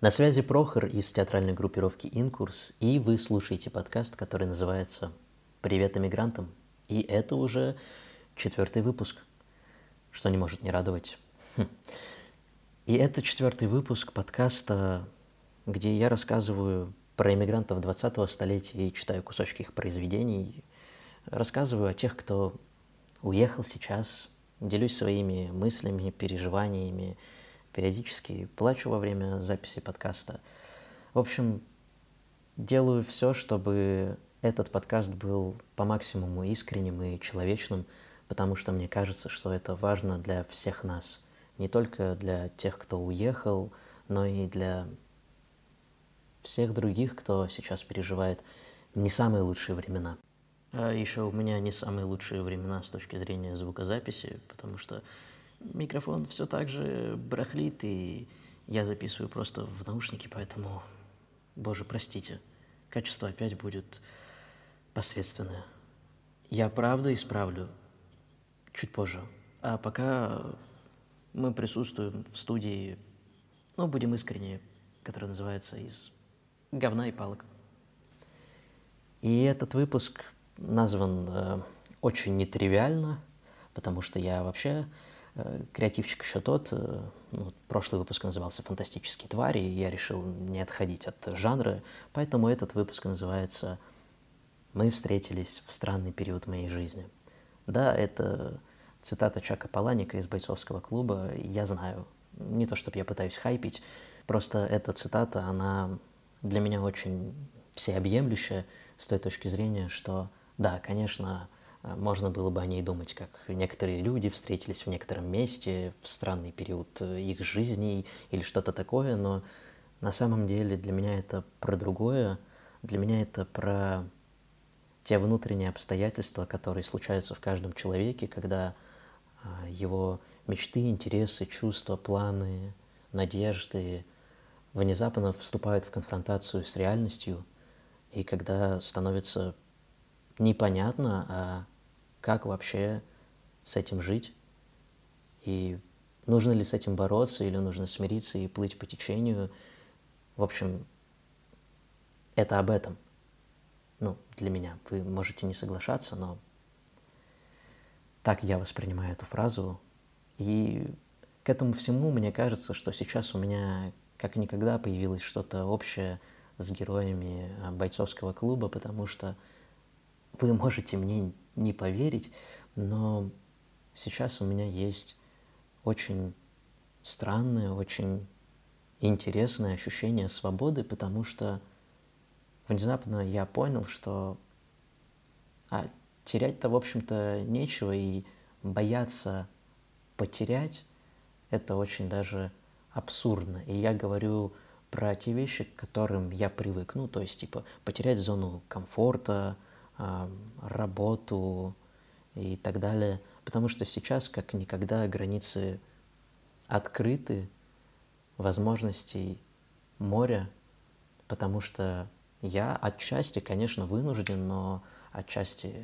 На связи Прохор из театральной группировки «Инкурс», и вы слушаете подкаст, который называется «Привет эмигрантам». И это уже 4-й выпуск, что не может не радовать. И это 4-й выпуск подкаста, где я рассказываю про эмигрантов 20-го столетия и читаю кусочки их произведений, рассказываю о тех, кто уехал сейчас, делюсь своими мыслями, переживаниями, периодически плачу во время записи подкаста. В общем, делаю все, чтобы этот подкаст был по максимуму искренним и человечным, потому что мне кажется, что это важно для всех нас. Не только для тех, кто уехал, но и для всех других, кто сейчас переживает не самые лучшие времена. А еще у меня не самые лучшие времена с точки зрения звукозаписи, потому что микрофон все так же барахлит, и я записываю просто в наушники, поэтому, боже, простите, качество опять будет посредственное. Я правда исправлю чуть позже. А пока мы присутствуем в студии, будем искренне, которая называется «Из говна и палок». И этот выпуск назван очень нетривиально, потому что я вообще креативчик еще тот. Прошлый выпуск назывался «Фантастические твари», и я решил не отходить от жанра, поэтому этот выпуск называется «Мы встретились в странный период моей жизни». Да, это цитата Чака Паланика из «Бойцовского клуба», я знаю. Не то, чтобы я пытаюсь хайпить, просто эта цитата, она для меня очень всеобъемлющая с той точки зрения, что, да, конечно, можно было бы о ней думать, как некоторые люди встретились в некотором месте в странный период их жизней или что-то такое, но на самом деле для меня это про другое, для меня это про те внутренние обстоятельства, которые случаются в каждом человеке, когда его мечты, интересы, чувства, планы, надежды внезапно вступают в конфронтацию с реальностью, и когда становится непонятно, а как вообще с этим жить, и нужно ли с этим бороться, или нужно смириться и плыть по течению. В общем, это об этом. Для меня. Вы можете не соглашаться, но так я воспринимаю эту фразу. И к этому всему мне кажется, что сейчас у меня как никогда появилось что-то общее с героями бойцовского клуба, потому что вы можете мне не поверить, но сейчас у меня есть очень странное, очень интересное ощущение свободы, потому что внезапно я понял, что терять-то, в общем-то, нечего, и бояться потерять – это очень даже абсурдно. И я говорю про те вещи, к которым я привык. То есть, потерять зону комфорта, работу и так далее. Потому что сейчас, как никогда, границы открыты, возможностей моря, потому что я отчасти, конечно, вынужден, но отчасти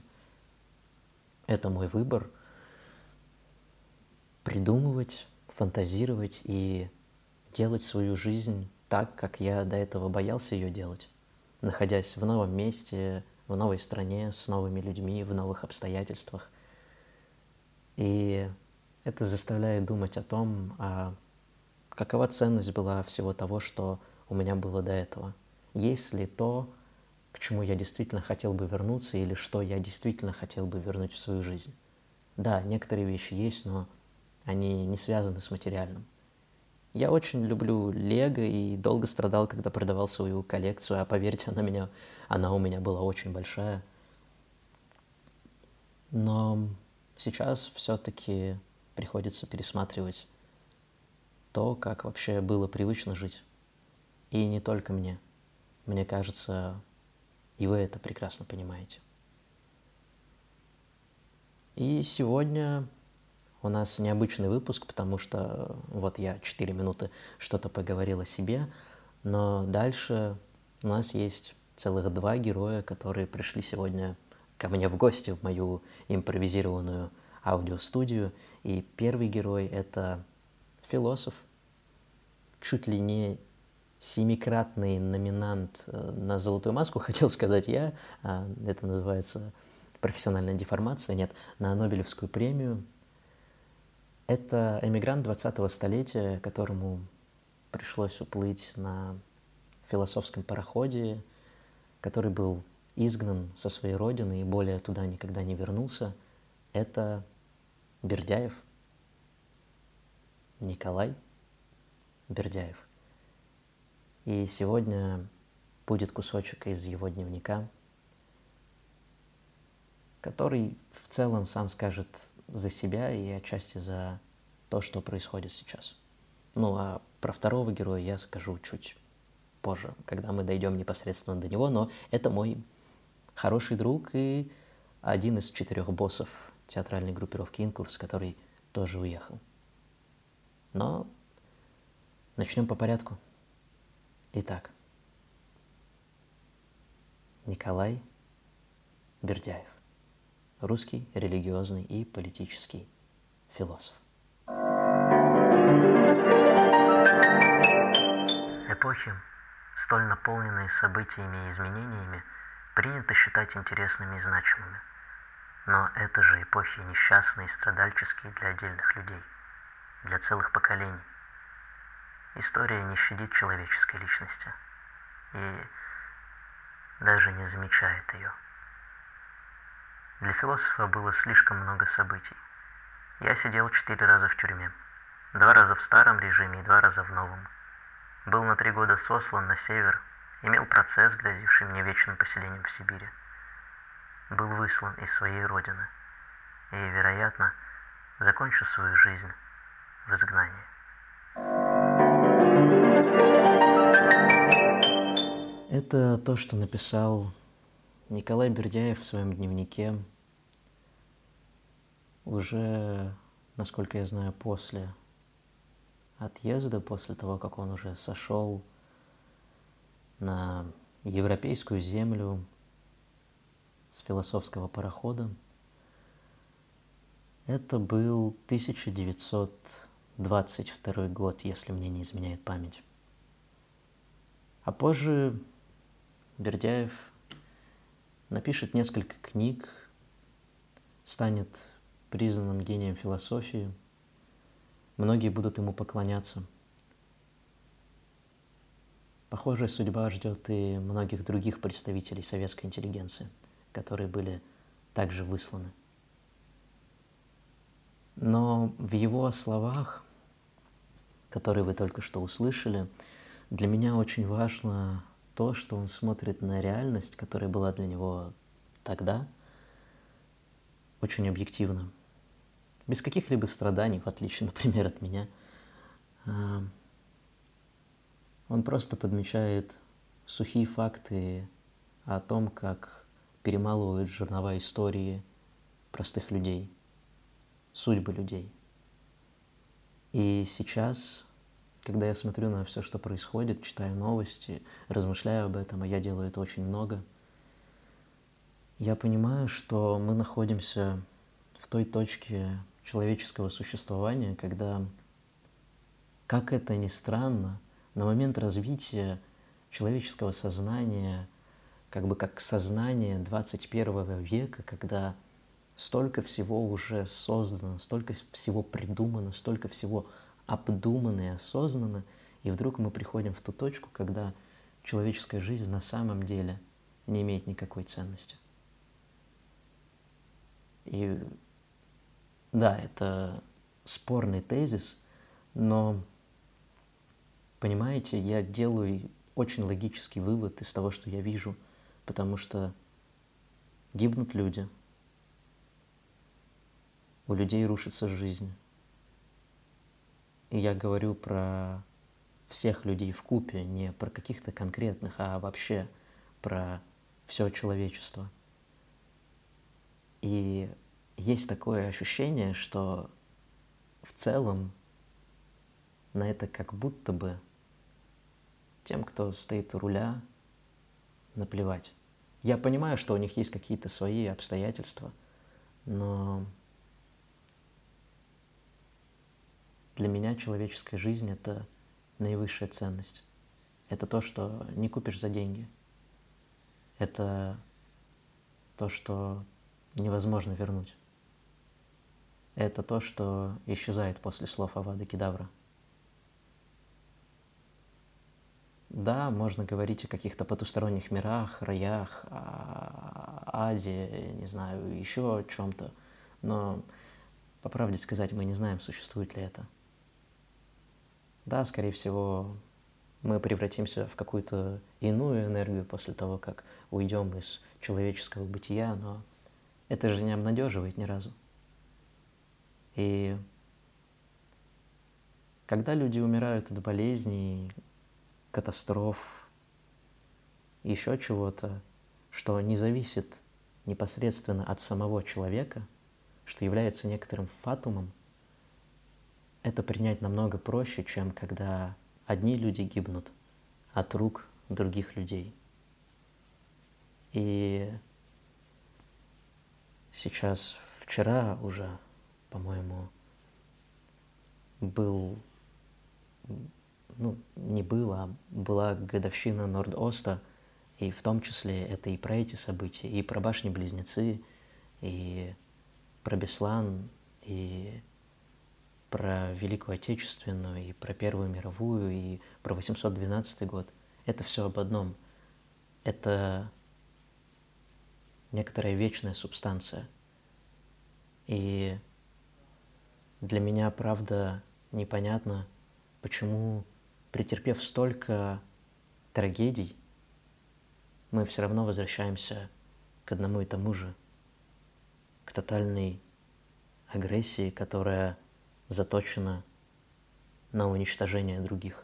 это мой выбор придумывать, фантазировать и делать свою жизнь так, как я до этого боялся ее делать, находясь в новом месте, в новой стране, с новыми людьми, в новых обстоятельствах. И это заставляет думать о том, какова ценность была всего того, что у меня было до этого. Есть ли то, к чему я действительно хотел бы вернуться, или что я действительно хотел бы вернуть в свою жизнь. Да, некоторые вещи есть, но они не связаны с материальным. Я очень люблю Лего и долго страдал, когда продавал свою коллекцию, а поверьте, она у меня была очень большая. Но сейчас все-таки приходится пересматривать то, как вообще было привычно жить. И не только мне. Мне кажется, и вы это прекрасно понимаете. И сегодня у нас необычный выпуск, потому что я 4 минуты что-то поговорил о себе, но дальше у нас есть целых 2 героя, которые пришли сегодня ко мне в гости в мою импровизированную аудиостудию. И первый герой – это философ, чуть ли не семикратный номинант на «Золотую маску», хотел сказать я, это называется профессиональная деформация, нет, на Нобелевскую премию. Это эмигрант 20-го столетия, которому пришлось уплыть на философском пароходе, который был изгнан со своей родины и более туда никогда не вернулся. Это Бердяев, Николай Бердяев. И сегодня будет кусочек из его дневника, который в целом сам скажет за себя и отчасти за то, что происходит сейчас. Ну а про второго героя я скажу чуть позже, когда мы дойдем непосредственно до него, но это мой хороший друг и один из 4 боссов театральной группировки «Инкурс», который тоже уехал. Но начнем по порядку. Итак, Николай Бердяев, русский религиозный и политический философ. Эпохи, столь наполненные событиями и изменениями, принято считать интересными и значимыми. Но это же эпохи несчастные и страдальческие для отдельных людей, для целых поколений. История не щадит человеческой личности и даже не замечает ее. Для философа было слишком много событий. Я сидел 4 раза в тюрьме. 2 раза в старом режиме и 2 раза в новом. Был на 3 года сослан на север, имел процесс, грозивший мне вечным поселением в Сибири. Был выслан из своей родины и, вероятно, закончу свою жизнь в изгнании. Это то, что написал Николай Бердяев в своем дневнике уже, насколько я знаю, после отъезда, после того, как он уже сошел на европейскую землю с философского парохода. Это был 1922 год, если мне не изменяет память. А позже Бердяев напишет несколько книг, станет признанным гением философии. Многие будут ему поклоняться. Похожая судьба ждет и многих других представителей советской интеллигенции, которые были также высланы. Но в его словах, которые вы только что услышали, для меня очень важно то, что он смотрит на реальность, которая была для него тогда, очень объективно, без каких-либо страданий, в отличие, например, от меня. Он просто подмечает сухие факты о том, как перемалывают жернова истории простых людей, судьбы людей. И сейчас, когда я смотрю на все, что происходит, читаю новости, размышляю об этом, а я делаю это очень много, я понимаю, что мы находимся в той точке человеческого существования, когда, как это ни странно, на момент развития человеческого сознания, как бы как сознание 21 века, когда столько всего уже создано, столько всего придумано, столько всего обдумано и осознанно, и вдруг мы приходим в ту точку, когда человеческая жизнь на самом деле не имеет никакой ценности. И да, это спорный тезис, но, понимаете, я делаю очень логический вывод из того, что я вижу, потому что гибнут люди, у людей рушится жизнь. И я говорю про всех людей вкупе, не про каких-то конкретных, а вообще про все человечество. И есть такое ощущение, что в целом на это как будто бы тем, кто стоит у руля, наплевать. Я понимаю, что у них есть какие-то свои обстоятельства, но для меня человеческая жизнь – это наивысшая ценность. это то, что не купишь за деньги. Это то, что невозможно вернуть. Это то, что исчезает после слов Авада Кедавра. Да, можно говорить о каких-то потусторонних мирах, раях, аде, не знаю, еще о чем-то, но, по правде сказать, мы не знаем, существует ли это. Да, скорее всего, мы превратимся в какую-то иную энергию после того, как уйдем из человеческого бытия, но это же не обнадеживает ни разу. И когда люди умирают от болезней, катастроф, еще чего-то, что не зависит непосредственно от самого человека, что является некоторым фатумом, это принять намного проще, чем когда одни люди гибнут от рук других людей. И сейчас, вчера уже, по-моему, была годовщина Норд-Оста, и в том числе это и про эти события, и про башни-близнецы, и про Беслан, и про Великую Отечественную, и про Первую мировую, и про 812 год. Это все об одном. Это некоторая вечная субстанция. И для меня, правда, непонятно, почему, претерпев столько трагедий, мы все равно возвращаемся к одному и тому же, к тотальной агрессии, которая заточена на уничтожение других.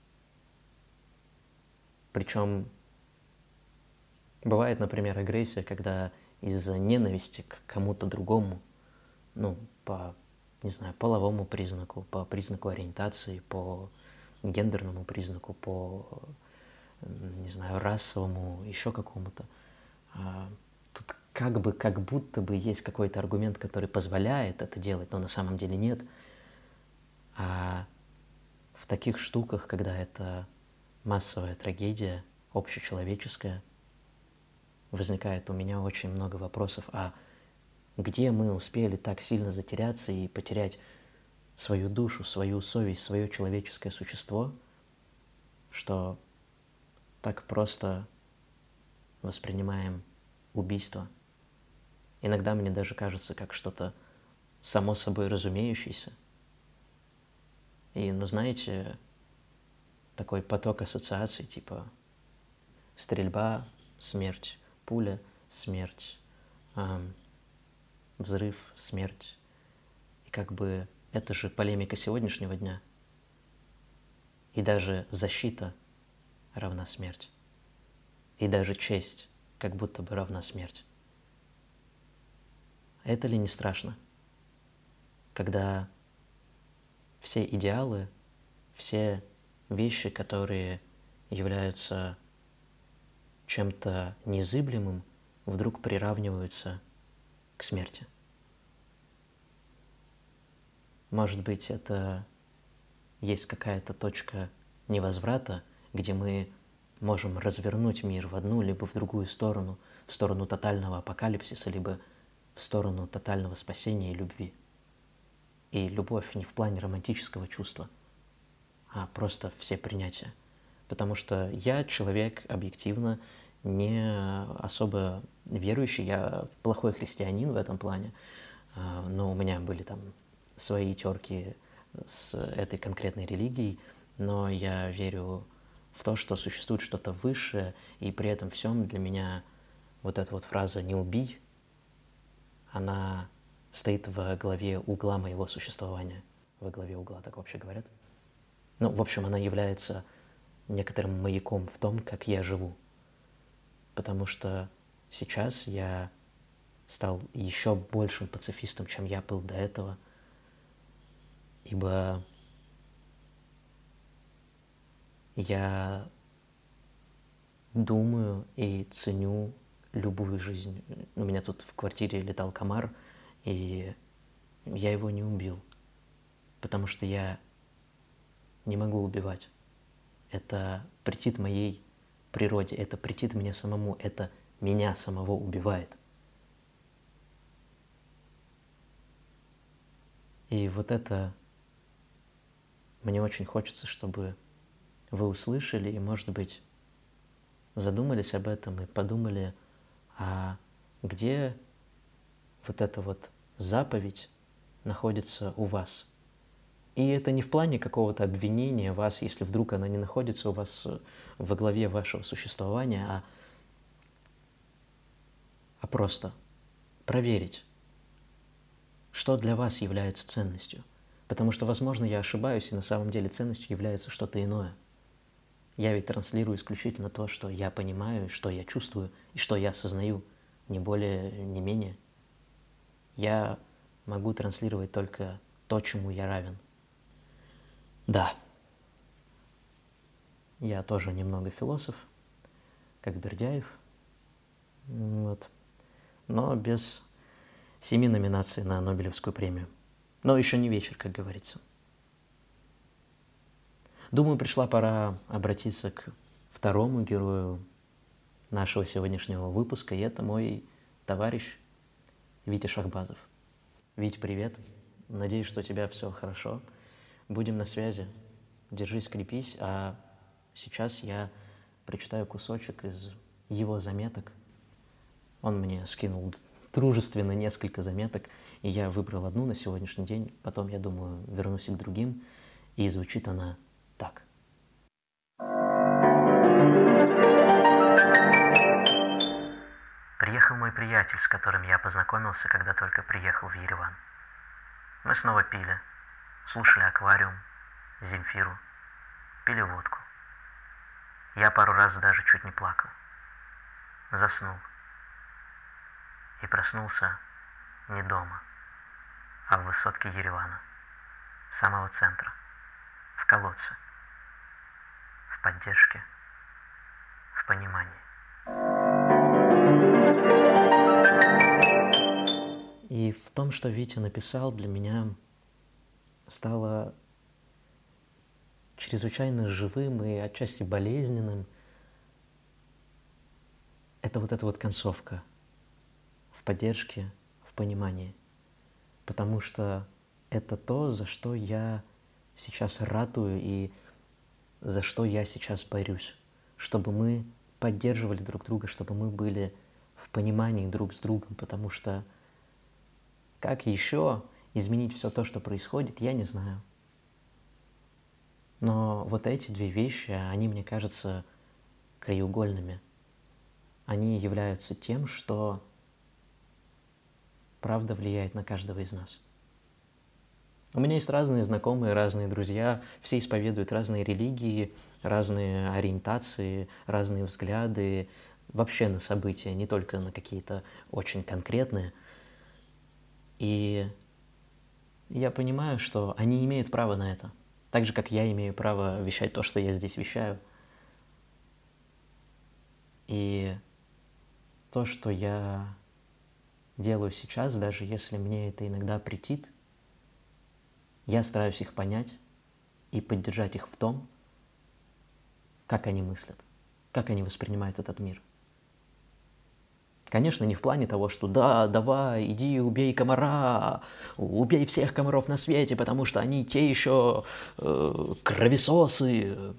Причем бывает, например, агрессия, когда из-за ненависти к кому-то другому, по, не знаю, половому признаку, по признаку ориентации, по гендерному признаку, по, не знаю, расовому, еще какому-то. Тут как будто бы есть какой-то аргумент, который позволяет это делать, но на самом деле нет. А в таких штуках, когда это массовая трагедия, общечеловеческая, возникает у меня очень много вопросов, а где мы успели так сильно затеряться и потерять свою душу, свою совесть, свое человеческое существо, что так просто воспринимаем убийство. Иногда мне даже кажется, как что-то само собой разумеющееся. И, знаете, такой поток ассоциаций, типа стрельба, смерть, пуля, смерть, взрыв, смерть. И как бы это же полемика сегодняшнего дня. И даже защита равна смерть. И даже честь как будто бы равна смерть. Это ли не страшно? Когда все идеалы, все вещи, которые являются чем-то незыблемым, вдруг приравниваются к смерти. Может быть, это есть какая-то точка невозврата, где мы можем развернуть мир в одну либо в другую сторону, в сторону тотального апокалипсиса, либо в сторону тотального спасения и любви. И любовь не в плане романтического чувства, а просто все принятия. Потому что я человек объективно не особо верующий, я плохой христианин в этом плане, но у меня были там свои терки с этой конкретной религией, но я верю в то, что существует что-то высшее, и при этом всем для меня вот эта вот фраза «не убий», она стоит во главе угла моего существования. Во главе угла, так вообще говорят. В общем, она является некоторым маяком в том, как я живу. Потому что сейчас я стал еще большим пацифистом, чем я был до этого. Ибо я думаю и ценю любую жизнь. У меня тут в квартире летал комар, и я его не убил, потому что я не могу убивать. это претит моей природе, это претит мне самому, это меня самого убивает. И вот это мне очень хочется, чтобы вы услышали и, может быть, задумались об этом и подумали, а где вот эта вот заповедь находится у вас. И это не в плане какого-то обвинения вас, если вдруг она не находится у вас во главе вашего существования, а просто проверить, что для вас является ценностью. Потому что, возможно, я ошибаюсь, и на самом деле ценностью является что-то иное. Я ведь транслирую исключительно то, что я понимаю, что я чувствую и что я осознаю, не более, не менее. Я могу транслировать только то, чему я равен. Да, я тоже немного философ, как Бердяев, вот. Но без 7 номинаций на Нобелевскую премию. Но еще не вечер, как говорится. Думаю, пришла пора обратиться к второму герою нашего сегодняшнего выпуска, и это мой товарищ Витя Шахбазов. Вить, привет. Надеюсь, что у тебя все хорошо. Будем на связи. Держись, крепись. А сейчас я прочитаю кусочек из его заметок. Он мне скинул дружественно несколько заметок, и я выбрал одну на сегодняшний день. Потом, я думаю, вернусь и к другим. И звучит она так. Приехал мой приятель, с которым я познакомился, когда только приехал в Ереван. Мы снова пили, слушали «Аквариум», «Земфиру», пили водку. Я пару раз даже чуть не плакал. Заснул. И проснулся не дома, а в высотке Еревана, самого центра, в колодце, в поддержке, в понимании. И в том, что Витя написал, для меня стало чрезвычайно живым и отчасти болезненным. Это вот эта вот концовка в поддержке, в понимании. Потому что это то, за что я сейчас ратую и за что я сейчас борюсь. Чтобы мы поддерживали друг друга, чтобы мы были в понимании друг с другом, потому что как еще изменить все то, что происходит, я не знаю. Но вот эти две вещи, они, мне кажутся, краеугольными. Они являются тем, что правда влияет на каждого из нас. У меня есть разные знакомые, разные друзья, все исповедуют разные религии, разные ориентации, разные взгляды вообще на события, не только на какие-то очень конкретные. И я понимаю, что они имеют право на это. Так же, как я имею право вещать то, что я здесь вещаю. И то, что я делаю сейчас, даже если мне это иногда претит, я стараюсь их понять и поддержать их в том, как они мыслят, как они воспринимают этот мир. Конечно, не в плане того, что да, давай, иди убей комара, убей всех комаров на свете, потому что они те еще кровесосы.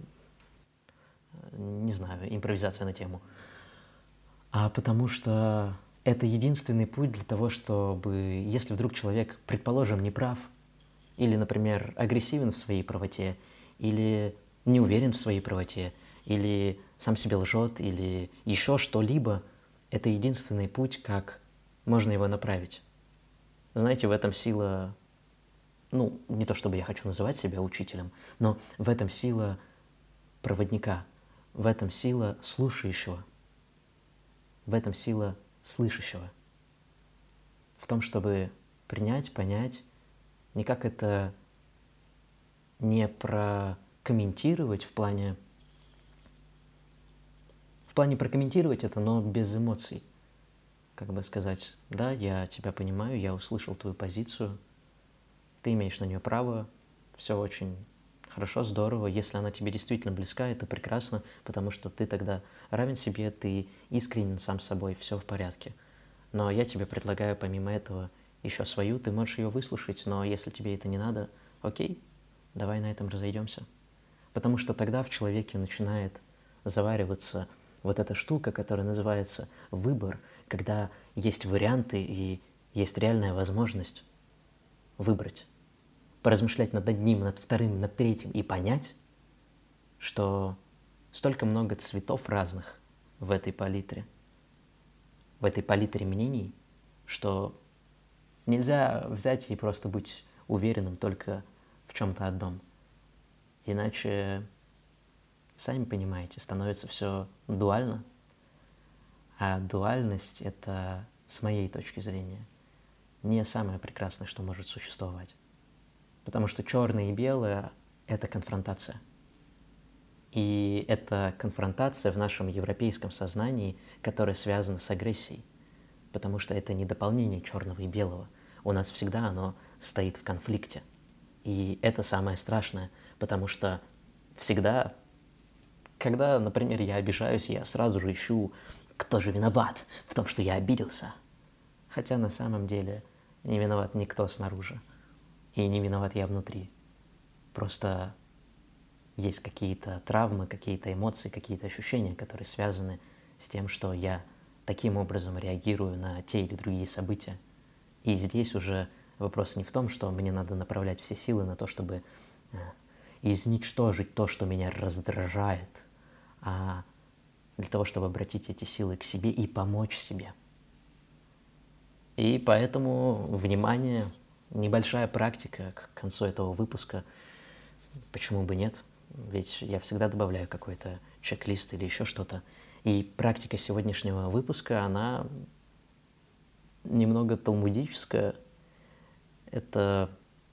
Не знаю, импровизация на тему. А потому что это единственный путь для того, чтобы, если вдруг человек, предположим, не прав, или, например, агрессивен в своей правоте, или не уверен в своей правоте, или сам себе лжет, или еще что-либо, это единственный путь, как можно его направить. Знаете, в этом сила, не то чтобы я хочу называть себя учителем, но в этом сила проводника, в этом сила слушающего, в этом сила слышащего. В том, чтобы принять, понять, никак это не прокомментировать в плане прокомментировать это, но без эмоций. Как бы сказать, да, я тебя понимаю, я услышал твою позицию, ты имеешь на нее право, все очень Хорошо, здорово. Если она тебе действительно близка, это прекрасно, потому что ты тогда равен себе, ты искренен сам с собой, все в порядке. Но я тебе предлагаю помимо этого еще свою, ты можешь ее выслушать, но если тебе это не надо, окей, давай на этом разойдемся. Потому что тогда в человеке начинает завариваться вот эта штука, которая называется выбор, когда есть варианты и есть реальная возможность выбрать, поразмышлять над одним, над вторым, над третьим и понять, что столько много цветов разных в этой палитре мнений, что нельзя взять и просто быть уверенным только в чем-то одном. Иначе, сами понимаете, становится все дуально. А дуальность – это, с моей точки зрения, не самое прекрасное, что может существовать. Потому что черное и белое – это конфронтация. И это конфронтация в нашем европейском сознании, которая связана с агрессией. Потому что это не дополнение черного и белого. У нас всегда оно стоит в конфликте. И это самое страшное, потому что всегда, когда, например, я обижаюсь, я сразу же ищу, кто же виноват в том, что я обиделся. Хотя на самом деле не виноват никто снаружи. И не виноват я внутри. Просто есть какие-то травмы, какие-то эмоции, какие-то ощущения, которые связаны с тем, что я таким образом реагирую на те или другие события. И здесь уже вопрос не в том, что мне надо направлять все силы на то, чтобы изничтожить то, что меня раздражает, а для того, чтобы обратить эти силы к себе и помочь себе. И поэтому, внимание, небольшая практика к концу этого выпуска. Почему бы нет? Ведь я всегда добавляю какой-то чек-лист или еще что-то. И практика сегодняшнего выпуска, она немного талмудическая. Это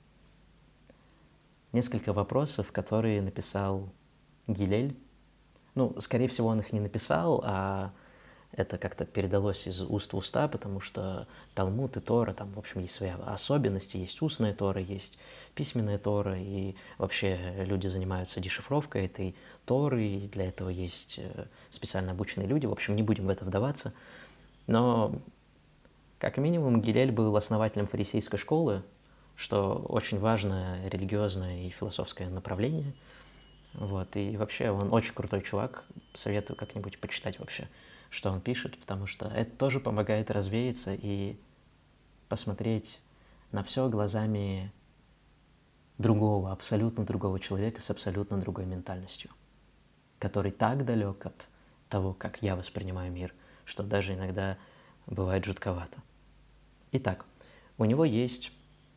несколько вопросов, которые написал Гилель. Скорее всего, он их не написал, а это как-то передалось из уст в уста, потому что Талмуд и Тора, там, в общем, есть свои особенности, есть устная Тора, есть письменная Тора, и вообще люди занимаются дешифровкой этой Торы, и для этого есть специально обученные люди, в общем, не будем в это вдаваться. Но, как минимум, Гилель был основателем фарисейской школы, что очень важное религиозное и философское направление. И вообще он очень крутой чувак, советую как-нибудь почитать вообще, что он пишет, потому что это тоже помогает развеяться и посмотреть на все глазами другого, абсолютно другого человека с абсолютно другой ментальностью, который так далек от того, как я воспринимаю мир, что даже иногда бывает жутковато. Итак, у него есть,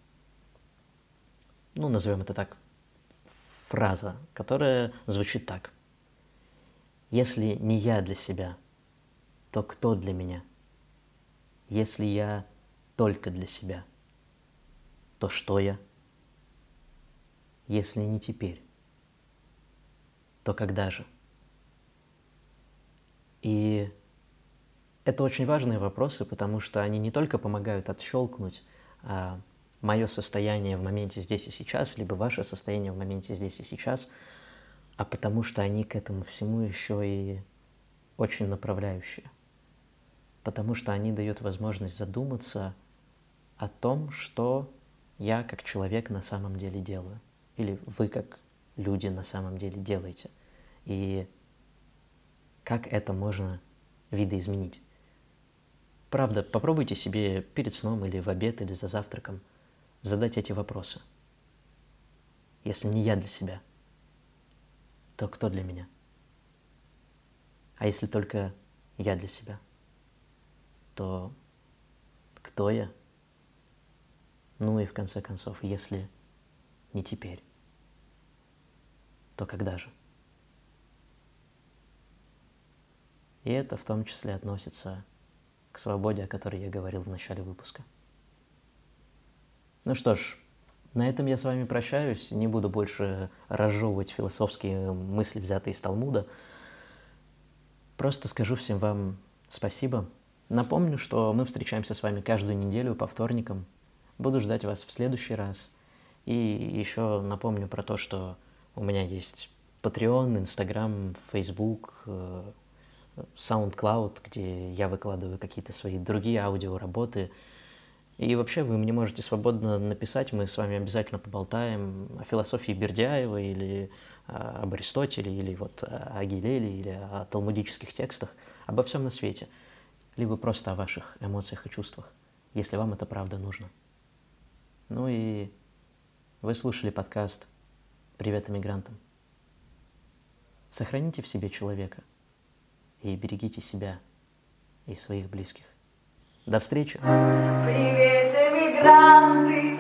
назовем это так, фраза, которая звучит так. Если не я для себя, то кто для меня? Если я только для себя, то что я? Если не теперь, то когда же? И это очень важные вопросы, потому что они не только помогают отщелкнуть мое состояние в моменте здесь и сейчас, либо ваше состояние в моменте здесь и сейчас, а потому что они к этому всему еще и очень направляющие. Потому что они дают возможность задуматься о том, что я как человек на самом деле делаю, или вы как люди на самом деле делаете, и как это можно видоизменить. Правда, попробуйте себе перед сном или в обед, или за завтраком задать эти вопросы. Если не я для себя, то кто для меня? А если только я для себя, то кто я? И в конце концов, если не теперь, то когда же? И это в том числе относится к свободе, о которой я говорил в начале выпуска. Что ж, на этом я с вами прощаюсь, не буду больше разжевывать философские мысли, взятые из Талмуда. Просто скажу всем вам спасибо. Напомню, что мы встречаемся с вами каждую неделю по вторникам. Буду ждать вас в следующий раз. И еще напомню про то, что У меня есть Patreon, Instagram, Facebook, SoundCloud, где я выкладываю какие-то свои другие аудиоработы. И вообще вы мне можете свободно написать, мы с вами обязательно поболтаем о философии Бердяева или об Аристотеле, или вот о Гилеле, или о талмудических текстах, обо всем на свете, либо просто о ваших эмоциях и чувствах, если вам это правда нужно. Ну и вы слушали подкаст «Привет иммигрантам». Сохраните в себе человека и берегите себя и своих близких. До встречи! Привет, эмигранты!